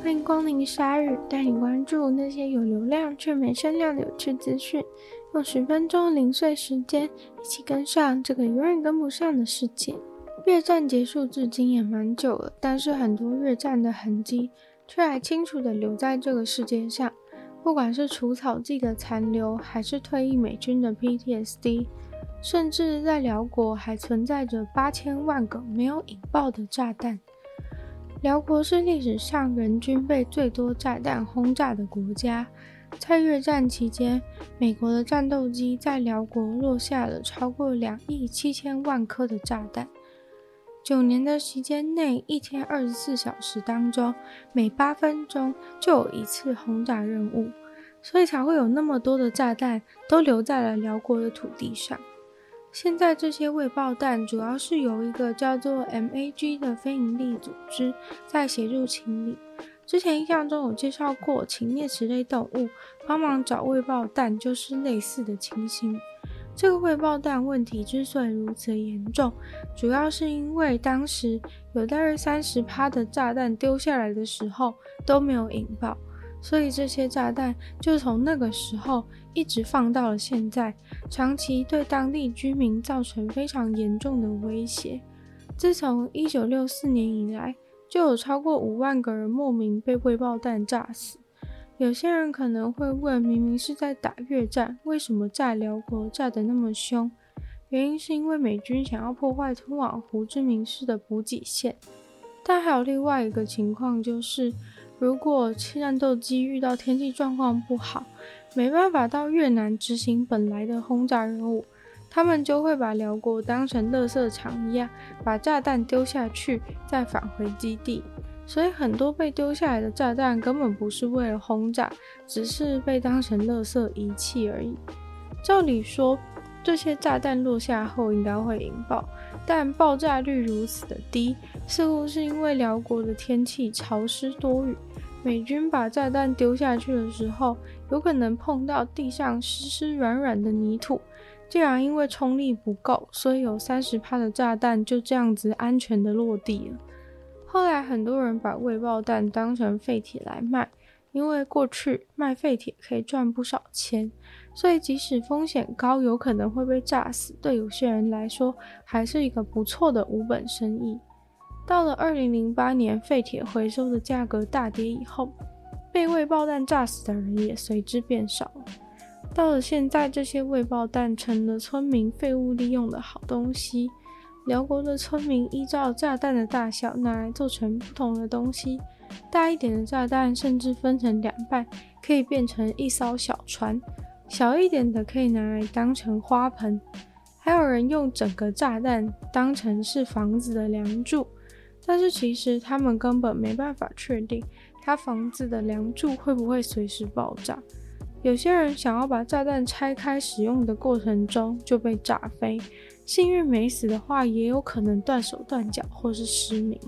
欢迎光临鲨鱼，带你关注那些有流量却没声量的有趣资讯，用10分钟零碎时间，一起跟上这个永远跟不上的世界。越战结束至今也蛮久了，但是很多越战的痕迹却还清楚地留在这个世界上，不管是除草剂的残留，还是退役美军的 PTSD， 甚至在辽国还存在着8000万个没有引爆的炸弹。辽国是历史上人均被最多炸弹轰炸的国家，在越战期间，美国的战斗机在辽国落下了超过2亿7000万颗的炸弹。9年的时间内，一天24小时当中，每8分钟就有一次轰炸任务，所以才会有那么多的炸弹都留在了辽国的土地上。现在这些未爆弹主要是由一个叫做 MAG 的非营利组织在协助清理。之前印象中有介绍过，请啮齿类动物帮忙找未爆弹，就是类似的情形。这个未爆弹问题之所以如此严重，主要是因为当时有大约 30% 的炸弹丢下来的时候都没有引爆，所以这些炸弹就从那个时候一直放到了现在，长期对当地居民造成非常严重的威胁。自从1964年以来，就有超过5万个人莫名被未爆弹炸死。有些人可能会问，明明是在打越战，为什么炸辽国炸得那么凶？原因是因为美军想要破坏通往胡志明市的补给线。但还有另外一个情况，就是如果战斗机遇到天气状况不好，没办法到越南执行本来的轰炸任务，他们就会把辽国当成垃圾场一样，把炸弹丢下去，再返回基地。所以很多被丢下来的炸弹根本不是为了轰炸，只是被当成垃圾遗弃而已。照理说，这些炸弹落下后应该会引爆，但爆炸率如此的低，似乎是因为辽国的天气潮湿多雨，美军把炸弹丢下去的时候，有可能碰到地上湿湿软软的泥土，竟然因为冲力不够，所以有 30% 的炸弹就这样子安全的落地了。后来很多人把未爆弹当成废铁来卖，因为过去卖废铁可以赚不少钱，所以即使风险高，有可能会被炸死，对有些人来说还是一个不错的无本生意。到了2008年，废铁回收的价格大跌以后，被未爆弹炸死的人也随之变少了。到了现在，这些未爆弹成了村民废物利用的好东西。辽国的村民依照炸弹的大小拿来做成不同的东西，大一点的炸弹甚至分成2半，可以变成一艘小船，小一点的可以拿来当成花盆，还有人用整个炸弹当成是房子的梁柱，但是其实他们根本没办法确定他房子的梁柱会不会随时爆炸。有些人想要把炸弹拆开使用的过程中就被炸飞，幸运没死的话，也有可能断手断脚或是失明。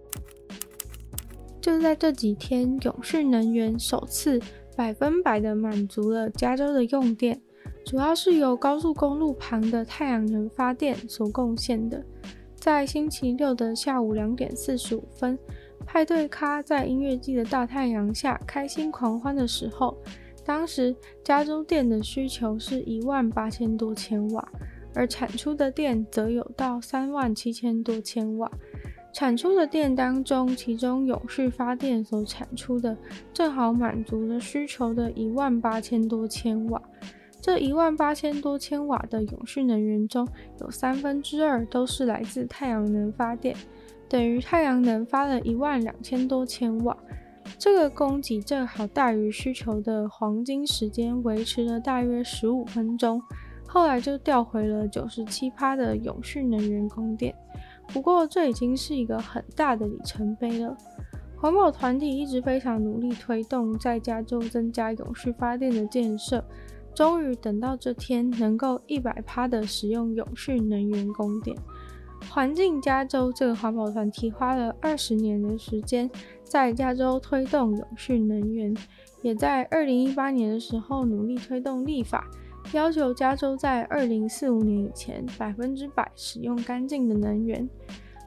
就在这几天，永续能源首次100%的满足了加州的用电，主要是由高速公路旁的太阳能发电所贡献的。在星期六的下午2点45分，派对咖在音乐季的大太阳下开心狂欢的时候，当时加州电的需求是18000多千瓦，而产出的电则有到37000多千瓦。产出的电当中，其中永续发电所产出的正好满足了需求的18000多千瓦。这18000多千瓦的永续能源中，有2/3都是来自太阳能发电，等于太阳能发了12000多千瓦。这个供给正好大于需求的黄金时间维持了大约15分钟，后来就调回了 97% 的永续能源供电。不过这已经是一个很大的里程碑了。环保团体一直非常努力推动在加州增加永续发电的建设，终于等到这天能够 100% 的使用永续能源供电。环境加州这个环保团体花了20年的时间在加州推动永续能源，也在2018年的时候努力推动立法，要求加州在2045年以前100%使用干净的能源。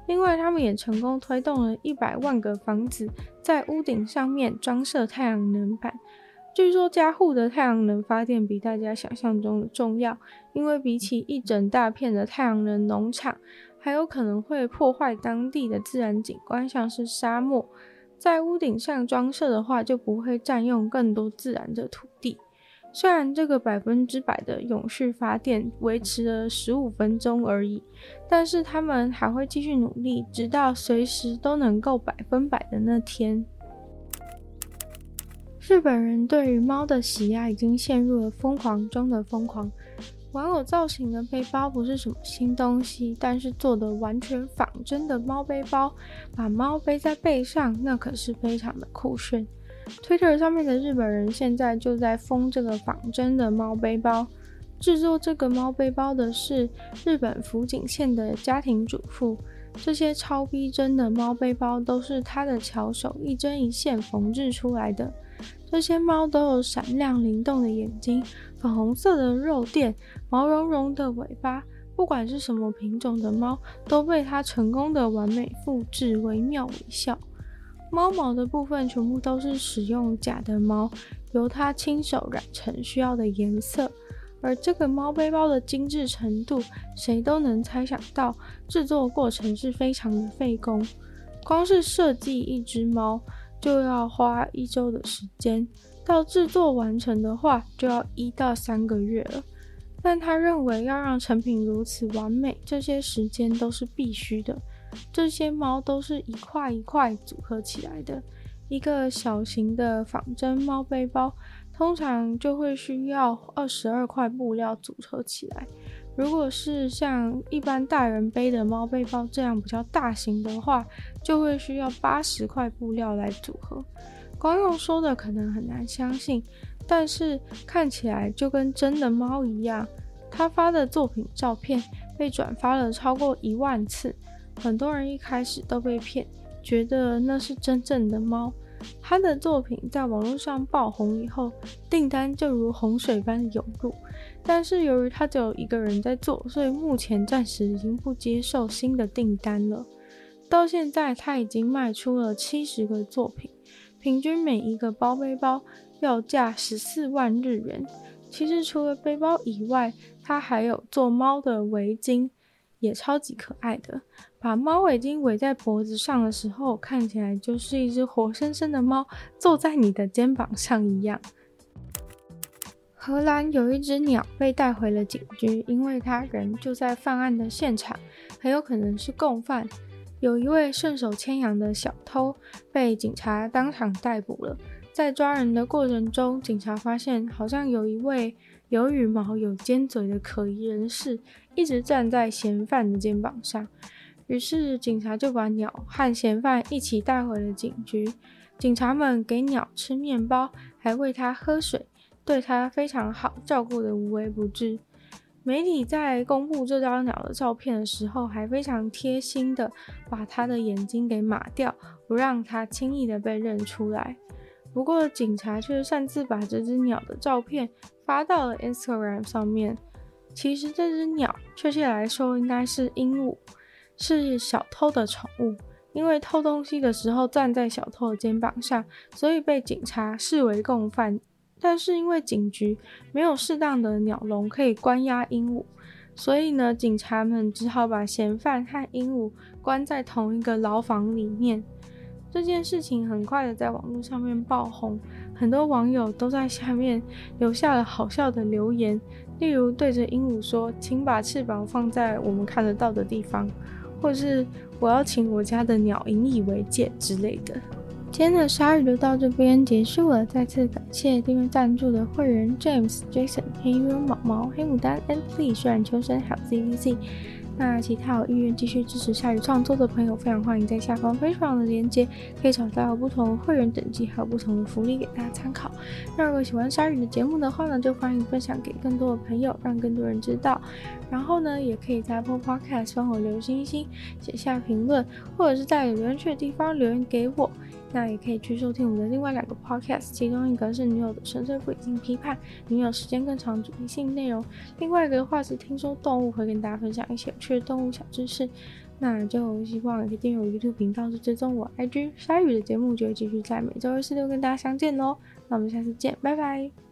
另外他们也成功推动了100万个房子在屋顶上面装设太阳能板。据说家户的太阳能发电比大家想象中的重要，因为比起一整大片的太阳能农场，还有可能会破坏当地的自然景观，像是沙漠。在屋顶上装设的话，就不会占用更多自然的土地。虽然这个100%的永续发电维持了15分钟而已，但是他们还会继续努力，直到随时都能够100%的那天。日本人对于猫的喜爱已经陷入了疯狂中的疯狂。玩偶造型的背包不是什么新东西，但是做的完全仿真的猫背包，把猫背在背上，那可是非常的酷炫。Twitter 上面的日本人现在就在疯这个仿真的猫背包。制作这个猫背包的是日本福井县的家庭主妇，这些超逼真的猫背包都是她的巧手一针一线缝制出来的。这些猫都有闪亮灵动的眼睛，粉红色的肉垫，毛茸茸的尾巴，不管是什么品种的猫，都被它成功的完美复制，惟妙惟肖。猫毛的部分全部都是使用假的猫，由它亲手染成需要的颜色。而这个猫背包的精致程度，谁都能猜想到，制作过程是非常的费工。光是设计一只猫就要花1周的时间，到制作完成的话就要1到3个月了。但他认为要让成品如此完美，这些时间都是必须的。这些猫都是一块一块组合起来的，一个小型的仿真猫背包通常就会需要22块布料组合起来。如果是像一般大人背的猫背包这样比较大型的话，就会需要80块布料来组合。光用说的可能很难相信，但是看起来就跟真的猫一样。他发的作品照片被转发了超过1万次，很多人一开始都被骗，觉得那是真正的猫。他的作品在网络上爆红以后，订单就如洪水般的涌入，但是由于他只有一个人在做，所以目前暂时已经不接受新的订单了。到现在他已经卖出了70个作品，平均每一个包背包要价14万日元。其实除了背包以外，他还有做猫的围巾，也超级可爱的。把猫围巾围在脖子上的时候，看起来就是一只活生生的猫坐在你的肩膀上一样。荷兰有一只鸟被带回了警局，因为它人就在犯案的现场，很有可能是共犯。有一位顺手牵羊的小偷被警察当场逮捕了。在抓人的过程中，警察发现好像有一位有羽毛有尖嘴的可疑人士一直站在嫌犯的肩膀上，于是警察就把鸟和嫌犯一起带回了警局。警察们给鸟吃面包，还喂它喝水，对它非常好，照顾得无微不至。媒体在公布这张鸟的照片的时候，还非常贴心的把它的眼睛给码掉，不让它轻易的被认出来。不过警察却擅自把这只鸟的照片发到了 Instagram 上面。其实这只鸟确切来说应该是鹦鹉，是小偷的宠物。因为偷东西的时候站在小偷的肩膀上，所以被警察视为共犯。但是因为警局没有适当的鸟笼可以关押鹦鹉，所以呢，警察们只好把嫌犯和鹦鹉关在同一个牢房里面。这件事情很快的在网络上面爆红，很多网友都在下面留下了好笑的留言，例如对着鹦鹉说，请把翅膀放在我们看得到的地方，或是我要请我家的鸟引以为戒之类的。今天的鲨鱼就到这边结束了，再次感谢订阅赞助的会员 James、Jason、黑鱼毛毛、黑牡丹、N.P. 虽然秋生还有 CVC。那其他有意愿继续支持鲨鱼创作的朋友，非常欢迎在下方Facebook的连结可以找到不同的会员等级还有不同的福利给大家参考。那如果喜欢鲨鱼的节目的话呢，就欢迎分享给更多的朋友，让更多人知道。然后呢，也可以在 Apple Podcast 帮我留星星，写下评论，或者是在有留言区的地方留言给我。那也可以去收听我的另外2个 podcast， 其中一个是女友的纯粹不理性批判，女友时间更长主题性内容，另外一个的话是听说动物，会跟大家分享一些有趣的动物小知识。 那就希望可以订阅我 YouTube 频道，是追踪我 IG 鲨鱼的节目，就会继续在每周二、四、六跟大家相见咯。那我们下次见，拜拜。